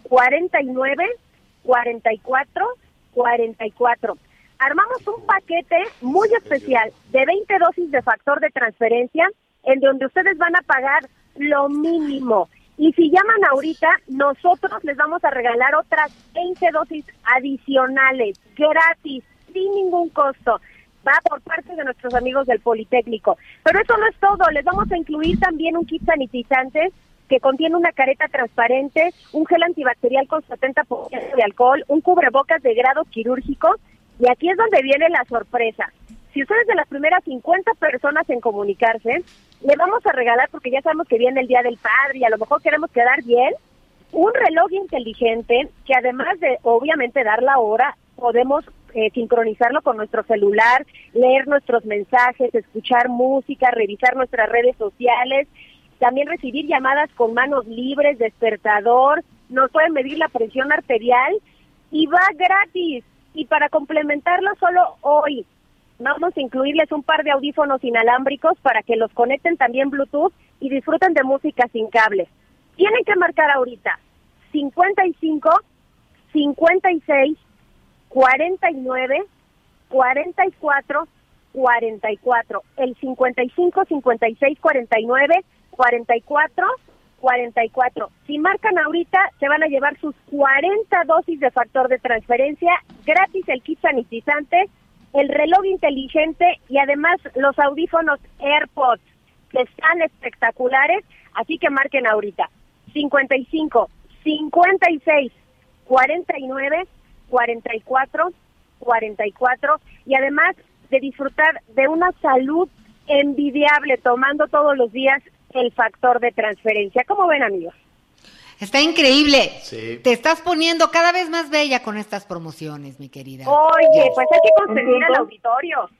cuarenta y nueve, cuarenta y cuatro, cuarenta y cuatro. Armamos un paquete muy especial de veinte dosis de factor de transferencia en donde ustedes van a pagar lo mínimo. Y si llaman ahorita, nosotros les vamos a regalar otras veinte dosis adicionales, gratis, sin ningún costo. Va por parte de nuestros amigos del Politécnico. Pero eso no es todo, les vamos a incluir también un kit sanitizante que contiene una careta transparente, un gel antibacterial con setenta por ciento de alcohol, un cubrebocas de grado quirúrgico, y aquí es donde viene la sorpresa. Si ustedes de las primeras cincuenta personas en comunicarse, le vamos a regalar, porque ya sabemos que viene el Día del Padre y a lo mejor queremos quedar bien, un reloj inteligente que además de, obviamente, dar la hora, podemos eh, sincronizarlo con nuestro celular, leer nuestros mensajes, escuchar música, revisar nuestras redes sociales, también recibir llamadas con manos libres, despertador, nos pueden medir la presión arterial y va gratis. Y para complementarlo solo hoy, vamos a incluirles un par de audífonos inalámbricos para que los conecten también Bluetooth y disfruten de música sin cable. Tienen que marcar ahorita cincuenta y cinco, cincuenta y seis, cuarenta y nueve, cuarenta y cuatro, cuarenta y cuatro. El cincuenta y cinco, cincuenta y seis, cuarenta y nueve, cuarenta y cuatro, cuarenta y cuatro. Si marcan ahorita, se van a llevar sus cuarenta dosis de factor de transferencia, gratis el kit sanitizante, el reloj inteligente y además los audífonos AirPods, que están espectaculares, así que marquen ahorita. cincuenta y cinco, cincuenta y seis, cuarenta y nueve, cuarenta y cuatro, cuarenta y cuatro, y además de disfrutar de una salud envidiable tomando todos los días el factor de transferencia. ¿Cómo ven, amigos?
Está increíble.
Sí.
Te estás poniendo cada vez más bella con estas promociones, mi querida.
Oye, pues hay que consentir al auditorio.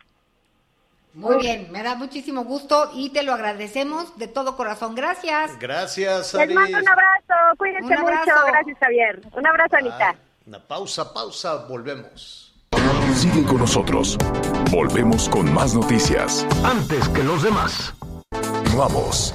Muy bien, me da muchísimo gusto y te lo agradecemos de todo corazón. Gracias.
Gracias,
Les
Aris.
mando un abrazo, cuídense
Un abrazo.
mucho. Gracias, Javier. Un abrazo, Anita.
Ah, una pausa, pausa, volvemos.
Sigue con nosotros. Volvemos con más noticias.
Antes que los demás.
Vamos.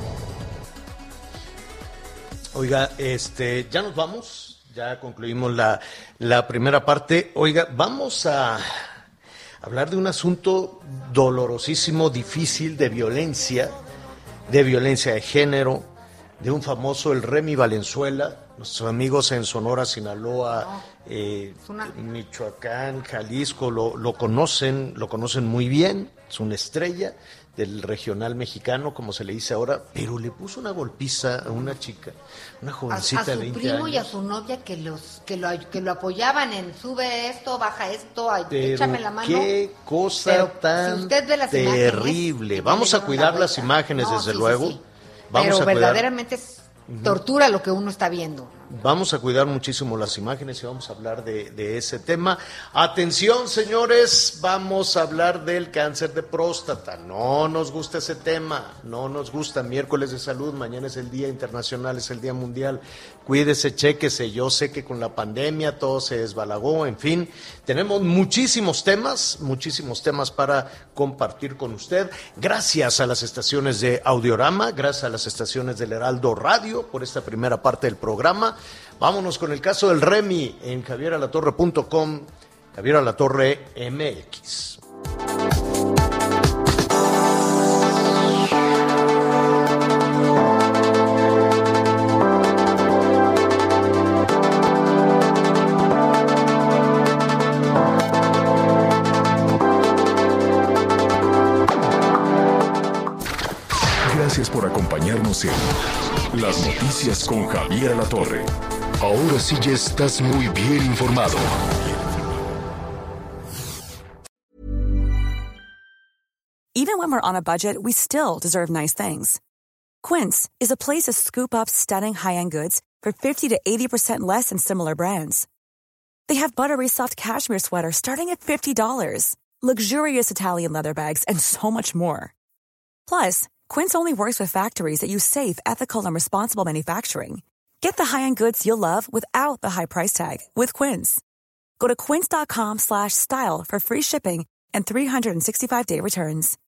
Oiga, este, ya nos vamos, ya concluimos la, la primera parte. Oiga, vamos a hablar de un asunto dolorosísimo, difícil, de violencia, de violencia de género, de un famoso, el Remy Valenzuela, nuestros amigos en Sonora, Sinaloa, eh,
una...
Michoacán, Jalisco, lo, lo conocen, lo conocen muy bien, es una estrella del regional mexicano, como se le dice ahora, pero le puso una golpiza a una chica, una jovencita
a, a
de
su
veinte
primo
años.
Y a su novia que los que lo que lo apoyaban en sube esto, baja esto, ay,
Pero
échame la mano.
qué cosa
Pero
tan
si usted ve las
terrible.
imágenes,
Vamos a
denle
cuidar
una
las
vuelta.
imágenes,
No,
desde
sí,
luego.
sí, sí.
Vamos
Pero
a cuidar.
verdaderamente es tortura lo que uno está viendo.
Vamos a cuidar muchísimo las imágenes y vamos a hablar de, de ese tema. Atención, señores, vamos a hablar del cáncer de próstata. No nos gusta ese tema, no nos gusta. Miércoles de salud, mañana es el Día Internacional, es el Día Mundial. Cuídese, chéquese. Yo sé que con la pandemia todo se desbalagó, en fin. Tenemos muchísimos temas, muchísimos temas para compartir con usted. Gracias a las estaciones de Audiorama, gracias a las estaciones del Heraldo Radio por esta primera parte del programa. Vámonos con el caso del Remy en javier alatorre punto com, Javier Alatorre M X.
Gracias por acompañarnos en Las Noticias con Javier Alatorre. Ahora sí ya estás muy bien informado.
Even when we're on a budget, we still deserve nice things. Quince is a place to scoop up stunning high-end goods for fifty to eighty percent less than similar brands. They have buttery soft cashmere sweaters starting at fifty dollars, luxurious Italian leather bags, and so much more. Plus, Quince only works with factories that use safe, ethical, and responsible manufacturing. Get the high-end goods you'll love without the high price tag with Quince. Go to quince.com slash style for free shipping and three sixty-five day returns.